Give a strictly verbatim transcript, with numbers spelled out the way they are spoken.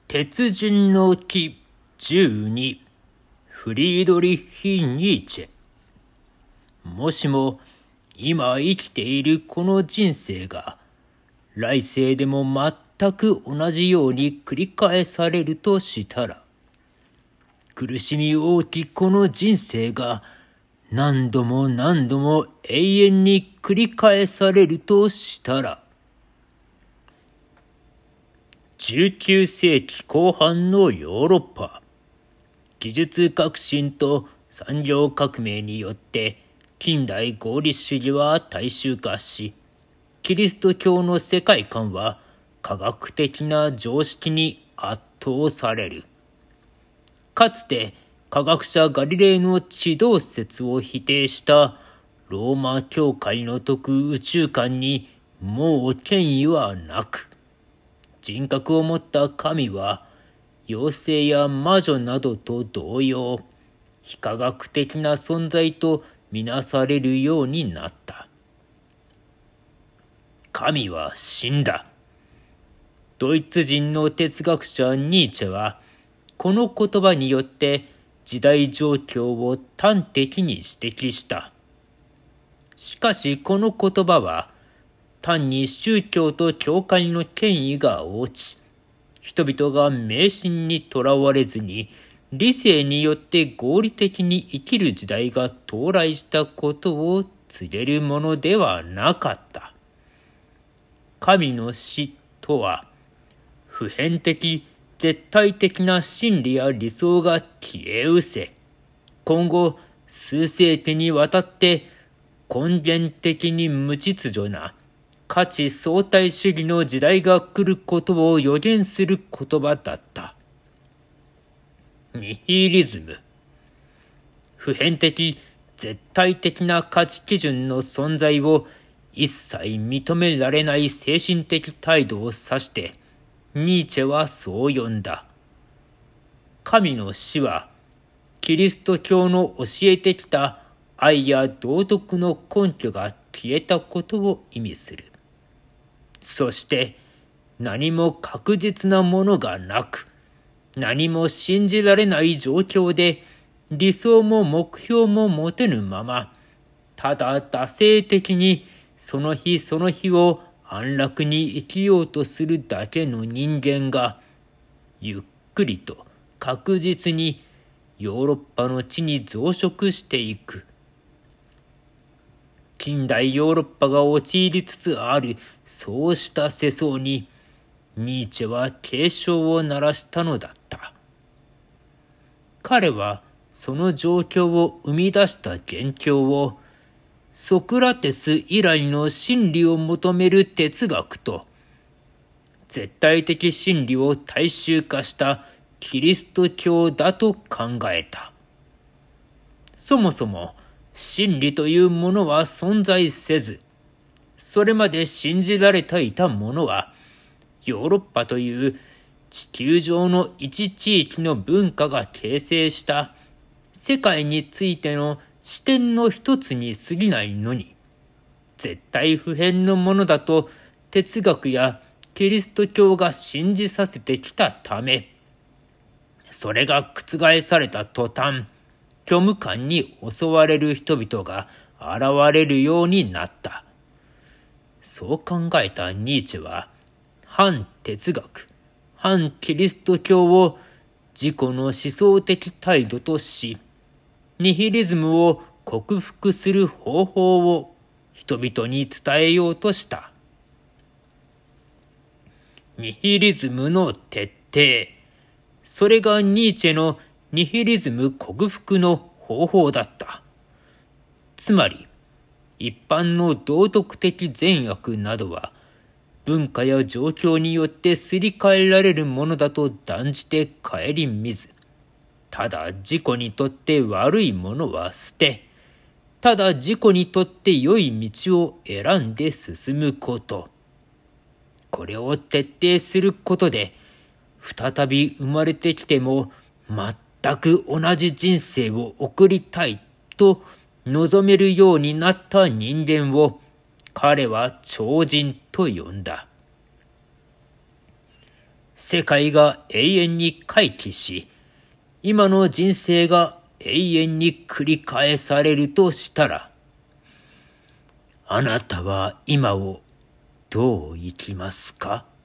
鉄人の木じゅうにフリードリッヒ・ニーチェ。もしも今生きているこの人生が来世でも全く同じように繰り返されるとしたら、苦しみ多きこの人生が何度も何度も永遠に繰り返されるとしたら、じゅうきゅうせいきこう半のヨーロッパ、技術革新と産業革命によって近代合理主義は大衆化し、キリスト教の世界観は科学的な常識に圧倒される。かつて科学者ガリレイの地動説を否定したローマ教会の説く宇宙観にもう権威はなく、人格を持った神は妖精や魔女などと同様、非科学的な存在とみなされるようになった。神は死んだ。ドイツ人の哲学者ニーチェは、この言葉によって時代状況を端的に指摘した。しかしこの言葉は、単に宗教と教会の権威が落ち、人々が迷信にとらわれずに理性によって合理的に生きる時代が到来したことを告げるものではなかった。神の死とは、普遍的絶対的な真理や理想が消え失せ、今後数世紀にわたって根源的に無秩序な価値相対主義の時代が来ることを予言する言葉だった。ニヒリズム。普遍的絶対的な価値基準の存在を一切認められない精神的態度を指してニーチェはそう呼んだ。神の死はキリスト教の教えてきた愛や道徳の根拠が消えたことを意味する。そして何も確実なものがなく、何も信じられない状況で理想も目標も持てぬまま、ただ惰性的にその日その日を安楽に生きようとするだけの人間が、ゆっくりと確実にヨーロッパの地に増殖していく。近代ヨーロッパが陥りつつあるそうした世相に、ニーチェは警鐘を鳴らしたのだった。彼はその状況を生み出した元凶を、ソクラテス以来の真理を求める哲学と、絶対的真理を大衆化したキリスト教だと考えた。そもそも真理というものは存在せず、それまで信じられていたものは、ヨーロッパという地球上の一地域の文化が形成した世界についての視点の一つに過ぎないのに、絶対不変のものだと哲学やキリスト教が信じさせてきたため、それが覆された途端、虚無感に襲われる人々が現れるようになった。そう考えたニーチェは、反哲学、反キリスト教を自己の思想的態度とし、ニヒリズムを克服する方法を人々に伝えようとした。ニヒリズムの徹底、それがニーチェのニヒリズム克服の方法だった。つまり、一般の道徳的善悪などは、文化や状況によってすり替えられるものだと断じて顧みず、ただ自己にとって悪いものは捨て、ただ自己にとって良い道を選んで進むこと。これを徹底することで、再び生まれてきても全く同じ人生を送りたいと望めるようになった人間を彼は超人と呼んだ。 世界が永遠に回帰し、今の人生が永遠に繰り返されるとしたら、あなたは今をどう生きますか？